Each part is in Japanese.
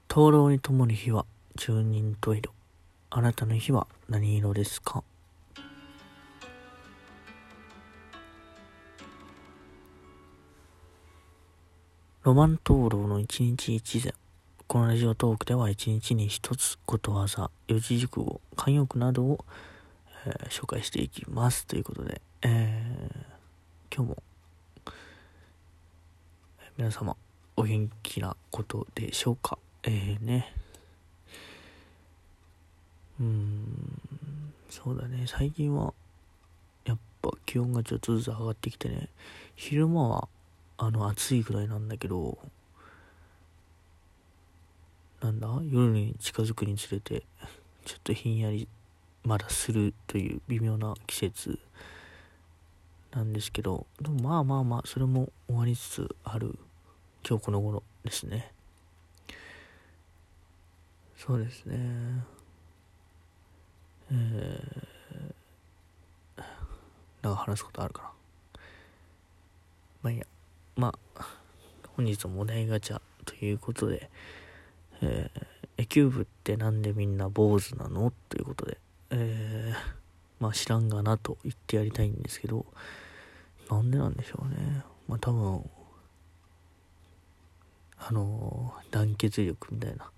灯籠に灯る火は十人十色。あなたの火は何色ですか？ロマン灯籠の一日一善。このラジオトークでは一日に一つことわざ、四字熟語、慣用句などを、紹介していきますということで、今日も、皆様お元気なことでしょうか？そうだね、最近はやっぱ気温がちょっとずつ上がってきてね、昼間は暑いくらいなんだけど、夜に近づくにつれてちょっとひんやりまだするという微妙な季節なんですけど、でもまあそれも終わりつつある今日この頃ですね。そうですね。なんか話すことあるかな。まあいいや。本日もお題ガチャということで、野球部ってなんでみんな坊主なのということで、知らんがなと言ってやりたいんですけど、なんでなんでしょうね。多分団結力みたいな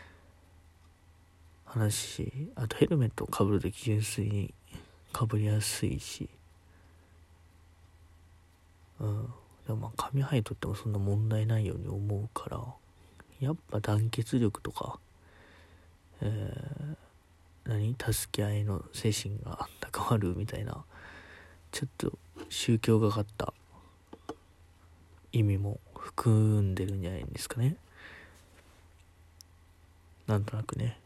話、あとヘルメットをかぶるとき純粋にかぶりやすいし、でも髪生えとってもそんな問題ないように思うから、やっぱ団結力とか、助け合いの精神が高まるみたいな、ちょっと宗教がかった意味も含んでるんじゃないんですかね。なんとなくね、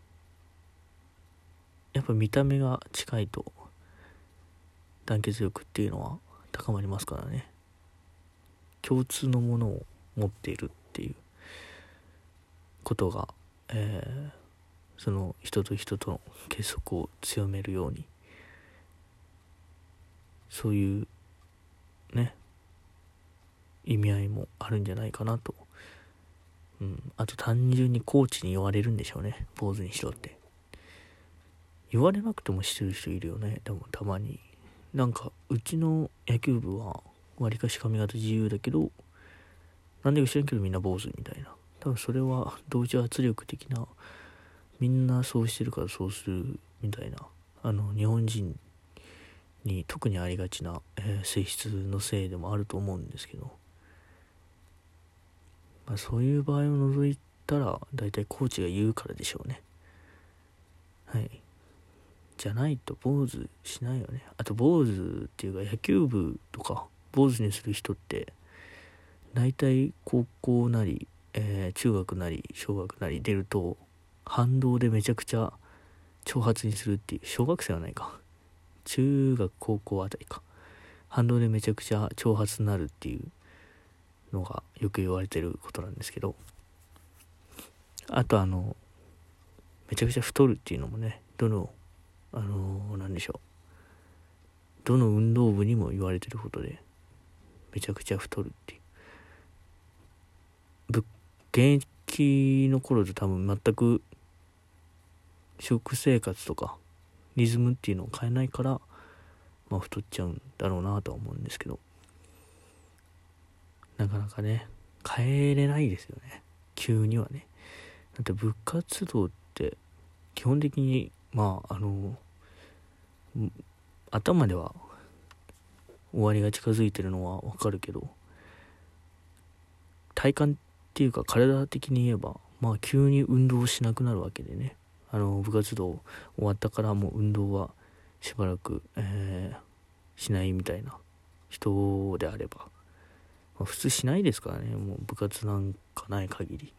やっぱ見た目が近いと団結力っていうのは高まりますからね。共通のものを持っているっていうことが、その人と人との結束を強めるように、そういうね意味合いもあるんじゃないかなと。あと単純にコーチに言われるんでしょうね、坊主にしろって。言われなくてもしてる人いるよね。でもたまにうちの野球部はわりかし髪型自由だけど、なんでか知らんけどみんな坊主みたいな。多分それは同時圧力的な、みんなそうしてるからそうするみたいな、日本人に特にありがちな、性質のせいでもあると思うんですけど、そういう場合を除いたらだいたいコーチが言うからでしょうね。はい。じゃないと坊主しないよね。あと坊主っていうか野球部とか坊主にする人って大体高校なり、中学なり小学なり出ると反動でめちゃくちゃ長髪にするっていう。小学生はないか、中学高校あたりか、反動でめちゃくちゃ長髪になるっていうのがよく言われてることなんですけど、あとめちゃくちゃ太るっていうのもね、どのどの運動部にも言われてることで、めちゃくちゃ太るっていう。現役の頃と多分全く食生活とかリズムっていうのを変えないから、太っちゃうんだろうなとは思うんですけど、なかなかね変えれないですよね、急にはね。だって部活動って基本的に頭では終わりが近づいてるのはわかるけど、体感っていうか体的に言えば急に運動しなくなるわけでね、部活動終わったからもう運動はしばらく、しないみたいな人であれば、普通しないですからね、もう部活なんかない限り。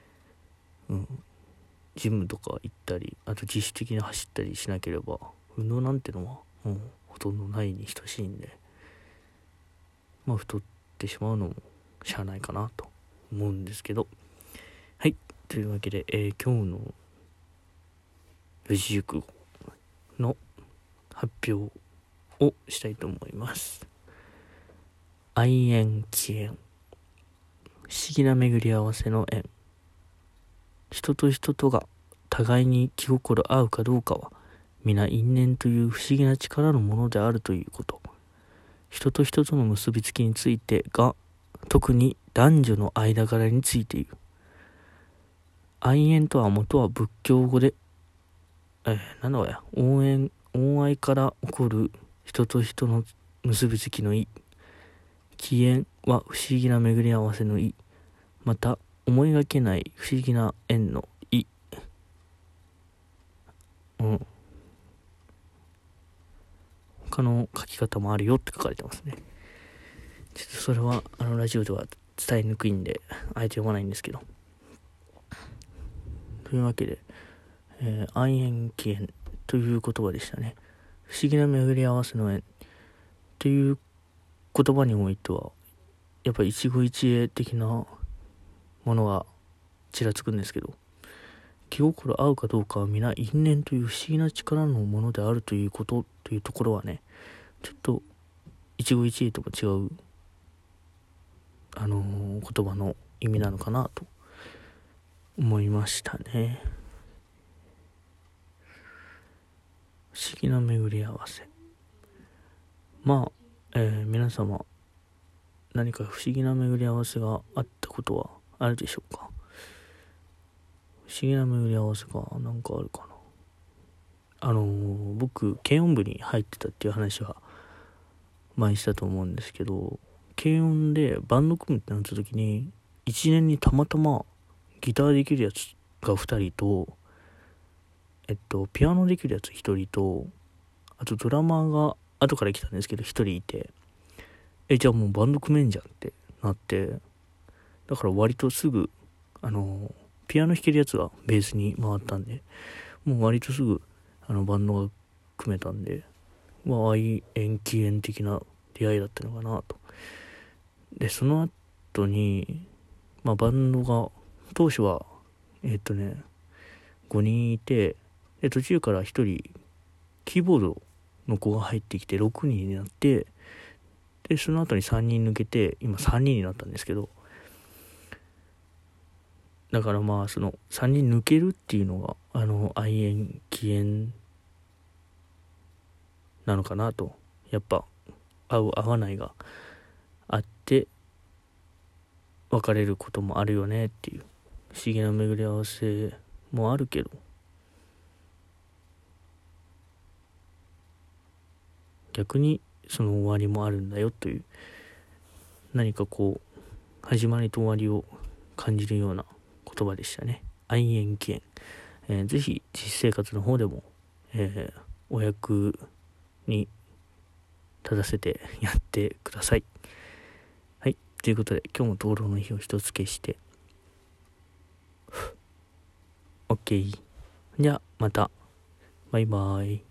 ジムとか行ったり、あと自主的に走ったりしなければ運動なんてのはもうほとんどないに等しいんで、太ってしまうのもしゃあないかなと思うんですけど、はい、というわけで、今日の四字熟語の発表をしたいと思います。愛縁起縁、不思議な巡り合わせの縁。 人と人とが互いに気心合うかどうかは皆因縁という不思議な力のものであるということ。人と人との結びつきについてが特に男女の間柄についている。愛縁とは元は仏教語で、恩愛から起こる人と人の結びつきの意。起縁は不思議な巡り合わせの意。また思いがけない不思議な縁の意。他の書き方もあるよって書かれてますね。ちょっとそれはラジオでは伝えにくいんであえて読まないんですけど。というわけで、愛縁起縁という言葉でしたね。不思議な巡り合わせの縁っていう言葉においてはやっぱり一期一会的なものがちらつくんですけど、気心合うかどうかは皆因縁という不思議な力のものであるということというところはね、ちょっと一期一会とも違う言葉の意味なのかなと思いましたね。不思議な巡り合わせ。まあ、皆様何か不思議な巡り合わせがあったことはあるでしょうか。不思議な巡り合わせがなんかあるかな。僕軽音部に入ってたっていう話は前したと思うんですけど、軽音でバンド組むってなった時に1年にたまたまギターできるやつが2人とピアノできるやつ1人と、あとドラマーが後から来たんですけど1人いて、じゃあもうバンド組めんじゃんってなって、だから割とすぐピアノ弾けるやつがベースに回ったんで、もう割とすぐバンドが組めたんで、愛縁起縁的な出会いだったのかなと。でその後にバンドが当初は5人いて、で途中から1人キーボードの子が入ってきて6人になって、でその後に3人抜けて今3人になったんですけど、だからその3人抜けるっていうのが愛縁起縁なのかなと。やっぱ合う合わないがあって別れることもあるよねっていう不思議な巡り合わせもあるけど、逆にその終わりもあるんだよという、何かこう始まりと終わりを感じるような言葉でしたね。愛縁起縁、ぜひ実生活の方でも、お役に立たせてやってください。はい、ということで今日も灯籠の火を一つ消してOK。じゃあまた、バイバイ。